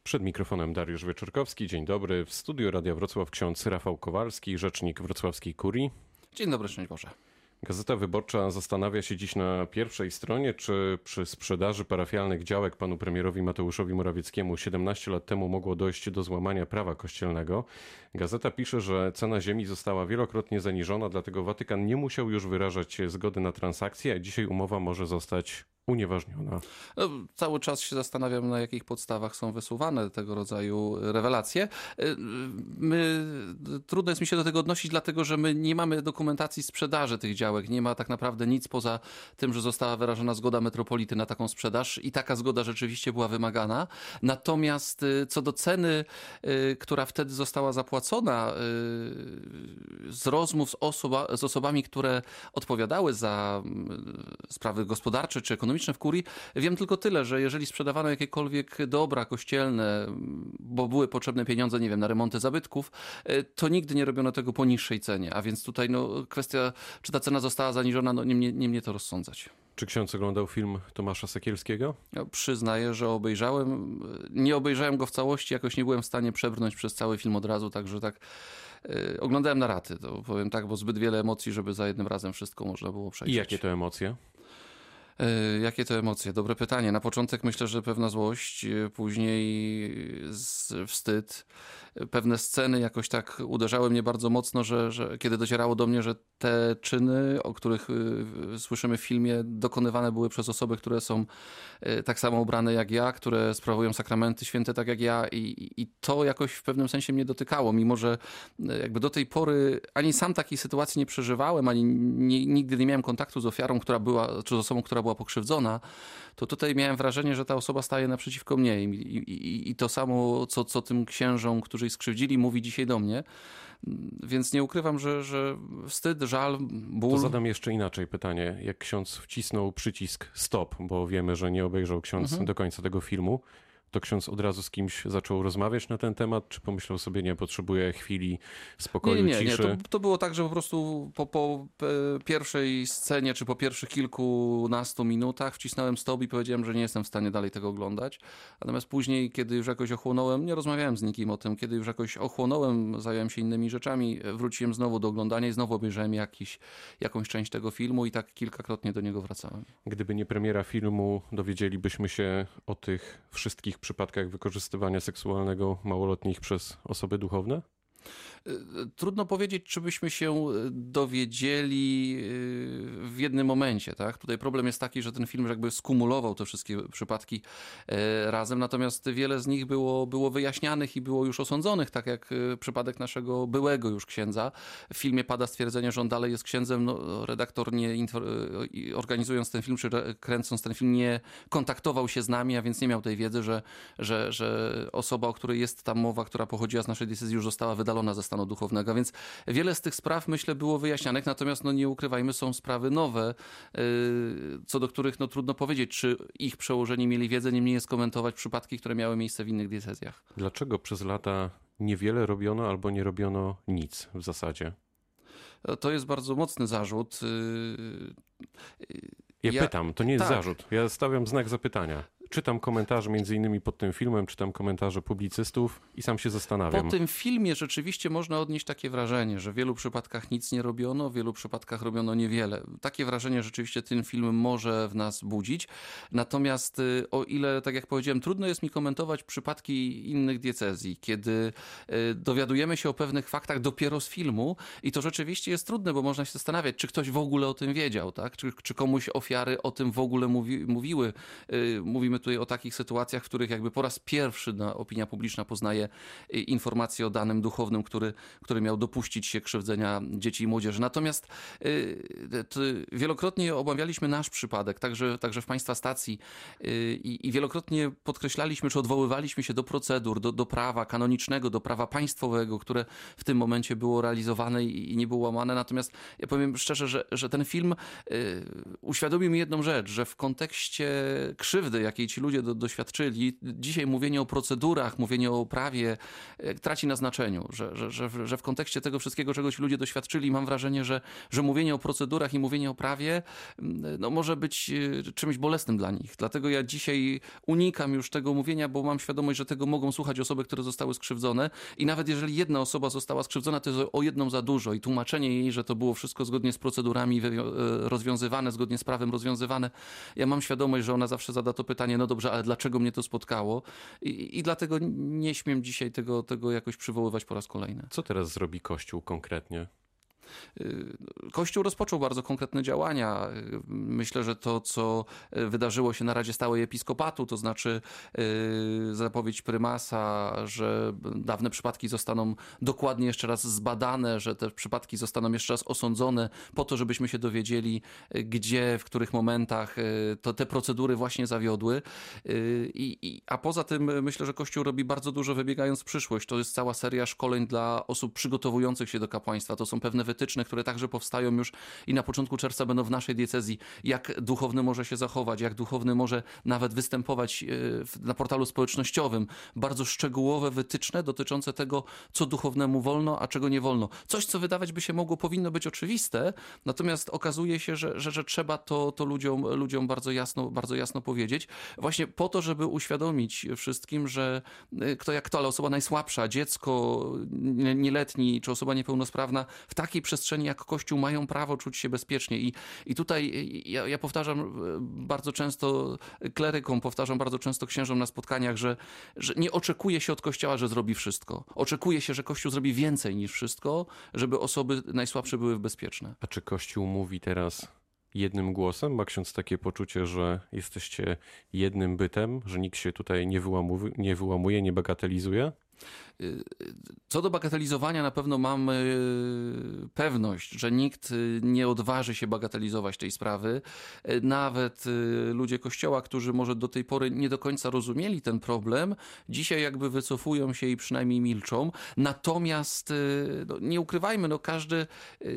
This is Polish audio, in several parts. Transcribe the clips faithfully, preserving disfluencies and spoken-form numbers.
Przed mikrofonem Dariusz Wieczorkowski. Dzień dobry. W studiu Radia Wrocław ksiądz Rafał Kowalski, rzecznik wrocławskiej kurii. Dzień dobry, szczęść Boże. Gazeta Wyborcza zastanawia się dziś na pierwszej stronie, czy przy sprzedaży parafialnych działek panu premierowi Mateuszowi Morawieckiemu siedemnaście lat temu mogło dojść do złamania prawa kościelnego. Gazeta pisze, że cena ziemi została wielokrotnie zaniżona, dlatego Watykan nie musiał już wyrażać zgody na transakcję, a dzisiaj umowa może zostać unieważniona. No, cały czas się zastanawiam, na jakich podstawach są wysuwane tego rodzaju rewelacje. My, trudno jest mi się do tego odnosić, dlatego że my nie mamy dokumentacji sprzedaży tych działek. Nie ma tak naprawdę nic poza tym, że została wyrażona zgoda metropolity na taką sprzedaż i taka zgoda rzeczywiście była wymagana. Natomiast co do ceny, która wtedy została zapłacona z rozmów z, osoba, z osobami, które odpowiadały za sprawy gospodarcze czy ekonomiczne w kurii, wiem tylko tyle, że jeżeli sprzedawano jakiekolwiek dobra kościelne, bo były potrzebne pieniądze, nie wiem, na remonty zabytków, to nigdy nie robiono tego po niższej cenie. A więc tutaj no, kwestia, czy ta cena została zaniżona, no nie, nie, nie mnie to rozsądzać. Czy ksiądz oglądał film Tomasza Sekielskiego? Ja przyznaję, że obejrzałem. Nie obejrzałem go w całości, jakoś nie byłem w stanie przebrnąć przez cały film od razu, także tak yy, oglądałem na raty, to powiem tak, bo zbyt wiele emocji, żeby za jednym razem wszystko można było przejrzeć. I jakie to emocje? Yy, jakie to emocje? Dobre pytanie. Na początek myślę, że pewna złość, yy, później z, wstyd. Pewne sceny jakoś tak uderzały mnie bardzo mocno, że, że kiedy docierało do mnie, że te czyny, o których yy, słyszymy w filmie, dokonywane były przez osoby, które są yy, tak samo ubrane jak ja, które sprawują sakramenty święte tak jak ja i, i to jakoś w pewnym sensie mnie dotykało, mimo że yy, jakby do tej pory ani sam takiej sytuacji nie przeżywałem, ani nie, nigdy nie miałem kontaktu z ofiarą, która była, czy z osobą, która była pokrzywdzona, to tutaj miałem wrażenie, że ta osoba staje naprzeciwko mnie i, i, i to samo, co, co tym księżom, którzy ich skrzywdzili, mówi dzisiaj do mnie. Więc nie ukrywam, że, że wstyd, żal, ból... To zadam jeszcze inaczej pytanie. Jak ksiądz wcisnął przycisk stop, bo wiemy, że nie obejrzał ksiądz mhm. do końca tego filmu, to ksiądz od razu z kimś zaczął rozmawiać na ten temat, czy pomyślał sobie, nie, potrzebuje chwili spokoju, nie, nie, ciszy? Nie, to, to było tak, że po prostu po, po pierwszej scenie, czy po pierwszych kilkunastu minutach wcisnąłem stop i powiedziałem, że nie jestem w stanie dalej tego oglądać. Natomiast później, kiedy już jakoś ochłonąłem, nie rozmawiałem z nikim o tym, kiedy już jakoś ochłonąłem, zająłem się innymi rzeczami, wróciłem znowu do oglądania i znowu obejrzałem jakiś, jakąś część tego filmu i tak kilkakrotnie do niego wracałem. Gdyby nie premiera filmu, dowiedzielibyśmy się o tych wszystkich przypadkach wykorzystywania seksualnego małoletnich przez osoby duchowne? Trudno powiedzieć, czy byśmy się dowiedzieli w jednym momencie. Tak? Tutaj problem jest taki, że ten film jakby skumulował te wszystkie przypadki razem, natomiast wiele z nich było, było wyjaśnianych i było już osądzonych, tak jak przypadek naszego byłego już księdza. W filmie pada stwierdzenie, że on dalej jest księdzem. No, redaktor nie organizując ten film, czy kręcąc ten film, nie kontaktował się z nami, a więc nie miał tej wiedzy, że, że, że osoba, o której jest tam mowa, która pochodziła z naszej decyzji, już została wydalona ze stanu duchownego, więc wiele z tych spraw, myślę, było wyjaśnianych, natomiast no nie ukrywajmy, są sprawy nowe, yy, co do których no trudno powiedzieć, czy ich przełożeni mieli wiedzę, niemniej jest komentować przypadki, które miały miejsce w innych diecezjach. Dlaczego przez lata niewiele robiono albo nie robiono nic w zasadzie? To jest bardzo mocny zarzut. Ja, ja pytam, to nie jest tak. zarzut. Ja stawiam znak zapytania. Czytam komentarze między innymi pod tym filmem, czytam komentarze publicystów i sam się zastanawiam. Po tym filmie rzeczywiście można odnieść takie wrażenie, że w wielu przypadkach nic nie robiono, w wielu przypadkach robiono niewiele. Takie wrażenie rzeczywiście ten film może w nas budzić. Natomiast o ile, tak jak powiedziałem, trudno jest mi komentować przypadki innych diecezji, kiedy dowiadujemy się o pewnych faktach dopiero z filmu i to rzeczywiście jest trudne, bo można się zastanawiać, czy ktoś w ogóle o tym wiedział, tak? Czy, czy komuś ofiary o tym w ogóle mówi, mówiły. Mówimy tutaj o takich sytuacjach, w których jakby po raz pierwszy no, opinia publiczna poznaje informacje o danym duchownym, który, który miał dopuścić się krzywdzenia dzieci i młodzieży. Natomiast y, wielokrotnie omawialiśmy nasz przypadek, także, także w Państwa stacji y, i wielokrotnie podkreślaliśmy, czy odwoływaliśmy się do procedur, do, do prawa kanonicznego, do prawa państwowego, które w tym momencie było realizowane i, i nie było łamane. Natomiast ja powiem szczerze, że, że ten film y, uświadomił mi jedną rzecz, że w kontekście krzywdy, jakiej jakiej ci ludzie do, doświadczyli, dzisiaj mówienie o procedurach, mówienie o prawie traci na znaczeniu, że, że, że, że w kontekście tego wszystkiego, czego ci ludzie doświadczyli, mam wrażenie, że, że mówienie o procedurach i mówienie o prawie no, może być czymś bolesnym dla nich. Dlatego ja dzisiaj unikam już tego mówienia, bo mam świadomość, że tego mogą słuchać osoby, które zostały skrzywdzone i nawet jeżeli jedna osoba została skrzywdzona, to jest o jedną za dużo i tłumaczenie jej, że to było wszystko zgodnie z procedurami rozwiązywane, zgodnie z prawem rozwiązywane. Ja mam świadomość, że ona zawsze zada to pytanie, no dobrze, ale dlaczego mnie to spotkało? I, i dlatego nie śmiem dzisiaj tego, tego jakoś przywoływać po raz kolejny. Co teraz zrobi Kościół konkretnie? Kościół rozpoczął bardzo konkretne działania. Myślę, że to, co wydarzyło się na Radzie Stałej Episkopatu, to znaczy zapowiedź prymasa, że dawne przypadki zostaną dokładnie jeszcze raz zbadane, że te przypadki zostaną jeszcze raz osądzone po to, żebyśmy się dowiedzieli, gdzie, w których momentach to te procedury właśnie zawiodły. I, i, a poza tym myślę, że Kościół robi bardzo dużo wybiegając w przyszłość. To jest cała seria szkoleń dla osób przygotowujących się do kapłaństwa. To są pewne wytyczne, które także powstają już i na początku czerwca będą w naszej diecezji, jak duchowny może się zachować, jak duchowny może nawet występować na portalu społecznościowym. Bardzo szczegółowe wytyczne dotyczące tego, co duchownemu wolno, a czego nie wolno. Coś, co wydawać by się mogło, powinno być oczywiste, natomiast okazuje się, że, że, że trzeba to, to ludziom, ludziom bardzo jasno, bardzo jasno powiedzieć. Właśnie po to, żeby uświadomić wszystkim, że kto jak kto, ale osoba najsłabsza, dziecko, nieletni czy osoba niepełnosprawna w takiej przestrzeni jak Kościół mają prawo czuć się bezpiecznie. I, i tutaj ja, ja powtarzam bardzo często klerykom, powtarzam bardzo często księżom na spotkaniach, że, że nie oczekuje się od Kościoła, że zrobi wszystko. Oczekuje się, że Kościół zrobi więcej niż wszystko, żeby osoby najsłabsze były bezpieczne. A czy Kościół mówi teraz jednym głosem? Ma ksiądz takie poczucie, że jesteście jednym bytem, że nikt się tutaj nie wyłamuje, nie, wyłamuje, nie bagatelizuje? Co do bagatelizowania, na pewno mam pewność, że nikt nie odważy się bagatelizować tej sprawy. Nawet ludzie Kościoła, którzy może do tej pory nie do końca rozumieli ten problem, dzisiaj jakby wycofują się i przynajmniej milczą. Natomiast no, nie ukrywajmy, no każdy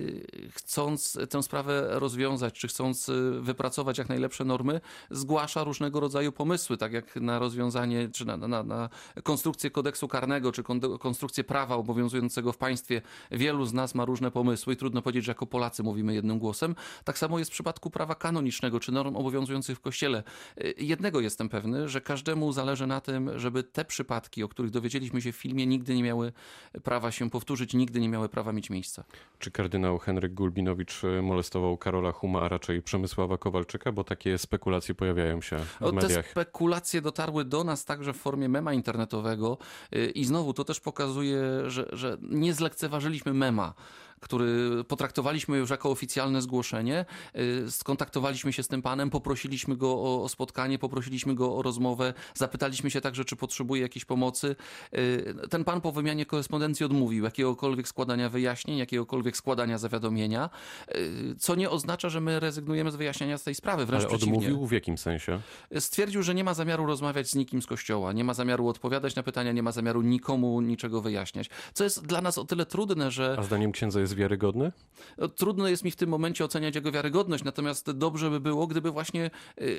chcąc tę sprawę rozwiązać, czy chcąc wypracować jak najlepsze normy, zgłasza różnego rodzaju pomysły, tak jak na rozwiązanie, czy na, na, na konstrukcję kodeksu karnego, czy konstrukcję prawa obowiązującego w państwie. Wielu z nas ma różne pomysły i trudno powiedzieć, że jako Polacy mówimy jednym głosem. Tak samo jest w przypadku prawa kanonicznego, czy norm obowiązujących w Kościele. Jednego jestem pewny, że każdemu zależy na tym, żeby te przypadki, o których dowiedzieliśmy się w filmie, nigdy nie miały prawa się powtórzyć, nigdy nie miały prawa mieć miejsca. Czy kardynał Henryk Gulbinowicz molestował Karola Huma, a raczej Przemysława Kowalczyka? Bo takie spekulacje pojawiają się w no, mediach. Te spekulacje dotarły do nas także w formie mema internetowego i znowu to też pokazuje, że, że nie zlekceważyliśmy mema, który potraktowaliśmy już jako oficjalne zgłoszenie. Skontaktowaliśmy się z tym panem, poprosiliśmy go o, o spotkanie, poprosiliśmy go o rozmowę, zapytaliśmy się także, czy potrzebuje jakiejś pomocy. Ten pan po wymianie korespondencji odmówił jakiegokolwiek składania wyjaśnień, jakiegokolwiek składania zawiadomienia, co nie oznacza, że my rezygnujemy z wyjaśniania z tej sprawy. Wręcz Ale przeciwnie. odmówił w jakim sensie? Stwierdził, że nie ma zamiaru rozmawiać z nikim z Kościoła, nie ma zamiaru odpowiadać na pytania, nie ma zamiaru nikomu niczego wyjaśniać. Co jest dla nas o tyle trudne, że... A zdaniem księdza jest wiarygodny? Trudno jest mi w tym momencie oceniać jego wiarygodność, natomiast dobrze by było, gdyby właśnie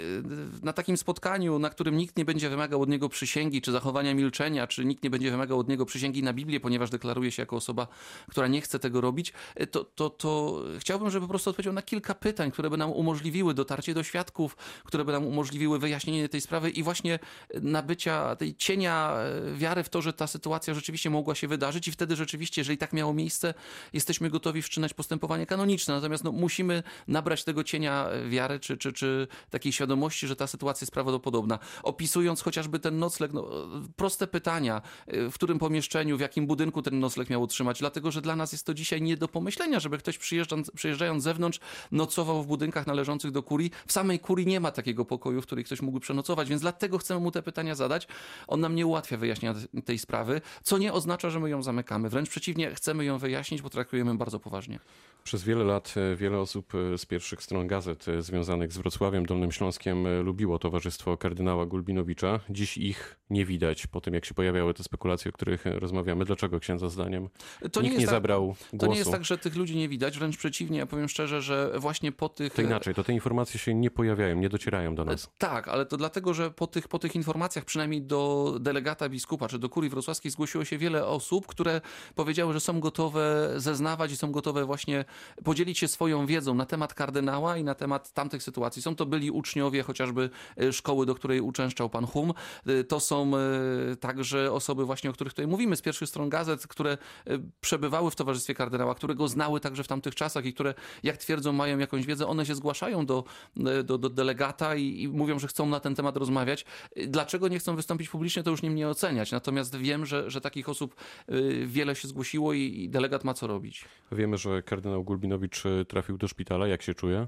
na takim spotkaniu, na którym nikt nie będzie wymagał od niego przysięgi, czy zachowania milczenia, czy nikt nie będzie wymagał od niego przysięgi na Biblię, ponieważ deklaruje się jako osoba, która nie chce tego robić, to, to, to chciałbym, żeby po prostu odpowiedział na kilka pytań, które by nam umożliwiły dotarcie do świadków, które by nam umożliwiły wyjaśnienie tej sprawy i właśnie nabycia tej cienia wiary w to, że ta sytuacja rzeczywiście mogła się wydarzyć i wtedy rzeczywiście, jeżeli tak miało miejsce, jesteśmy gotowi wszczynać postępowanie kanoniczne. Natomiast no, musimy nabrać tego cienia wiary, czy, czy, czy takiej świadomości, że ta sytuacja jest prawdopodobna. Opisując chociażby ten nocleg, no, proste pytania, w którym pomieszczeniu, w jakim budynku ten nocleg miał utrzymać, dlatego, że dla nas jest to dzisiaj nie do pomyślenia, żeby ktoś przyjeżdżając, przyjeżdżając z zewnątrz nocował w budynkach należących do kurii. W samej kurii nie ma takiego pokoju, w którym ktoś mógłby przenocować, więc dlatego chcemy mu te pytania zadać. On nam nie ułatwia wyjaśnienia tej sprawy, co nie oznacza, że my ją zamykamy. Wręcz przeciwnie, chcemy ją wyjaśnić, bo traktujemy traktują ją bardzo poważnie. Przez wiele lat wiele osób z pierwszych stron gazet związanych z Wrocławiem, Dolnym Śląskiem lubiło towarzystwo kardynała Gulbinowicza. Dziś ich nie widać po tym, jak się pojawiały te spekulacje, o których rozmawiamy. Dlaczego księdza zdaniem To nikt nie, nie tak, zabrał głosu? To nie jest tak, że tych ludzi nie widać, wręcz przeciwnie. Ja powiem szczerze, że właśnie po tych... To inaczej, to te informacje się nie pojawiają, nie docierają do nas. Tak, ale to dlatego, że po tych, po tych informacjach, przynajmniej do delegata biskupa, czy do kurii wrocławskiej zgłosiło się wiele osób, które powiedziały, że są gotowe zeznawać i są gotowe właśnie podzielić się swoją wiedzą na temat kardynała i na temat tamtych sytuacji. Są to byli uczniowie chociażby szkoły, do której uczęszczał pan Hum. To są także osoby właśnie, o których tutaj mówimy, z pierwszych stron gazet, które przebywały w towarzystwie kardynała, które go znały także w tamtych czasach i które, jak twierdzą, mają jakąś wiedzę. One się zgłaszają do, do, do delegata i, i mówią, że chcą na ten temat rozmawiać. Dlaczego nie chcą wystąpić publicznie, to już nie mnie oceniać. Natomiast wiem, że, że takich osób wiele się zgłosiło i, i delegat ma co robić. Wiemy, że kardynał Gulbinowicz trafił do szpitala. Jak się czuje?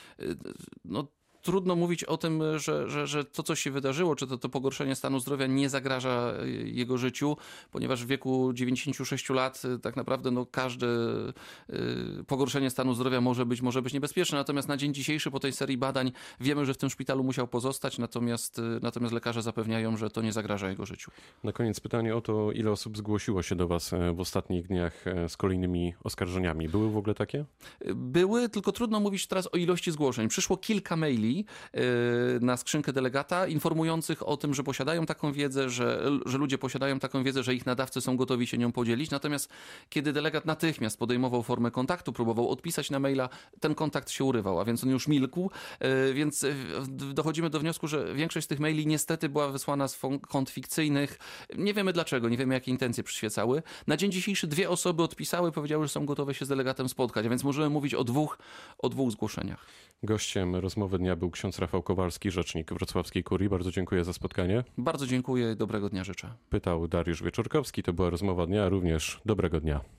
No, trudno mówić o tym, że, że, że to, co się wydarzyło, czy to, to pogorszenie stanu zdrowia nie zagraża jego życiu, ponieważ w wieku dziewięćdziesięciu sześciu lat tak naprawdę no, każde pogorszenie stanu zdrowia może być, może być niebezpieczne. Natomiast na dzień dzisiejszy po tej serii badań wiemy, że w tym szpitalu musiał pozostać, natomiast, natomiast lekarze zapewniają, że to nie zagraża jego życiu. Na koniec pytanie o to, ile osób zgłosiło się do was w ostatnich dniach z kolejnymi oskarżeniami. Były w ogóle takie? Były, tylko trudno mówić teraz o ilości zgłoszeń. Przyszło kilka maili na skrzynkę delegata informujących o tym, że posiadają taką wiedzę, że, że ludzie posiadają taką wiedzę, że ich nadawcy są gotowi się nią podzielić. Natomiast kiedy delegat natychmiast podejmował formę kontaktu, próbował odpisać na maila, ten kontakt się urywał, a więc on już milkł. Więc dochodzimy do wniosku, że większość z tych maili niestety była wysłana z kont fikcyjnych. Nie wiemy dlaczego, nie wiemy jakie intencje przyświecały. Na dzień dzisiejszy dwie osoby odpisały, powiedziały, że są gotowe się z delegatem spotkać, a więc możemy mówić o dwóch, o dwóch zgłoszeniach. Gościem rozmowy dnia był ksiądz Rafał Kowalski, rzecznik wrocławskiej kurii. Bardzo dziękuję za spotkanie. Bardzo dziękuję i dobrego dnia życzę. Pytał Dariusz Wieczorkowski. To była rozmowa dnia, również dobrego dnia.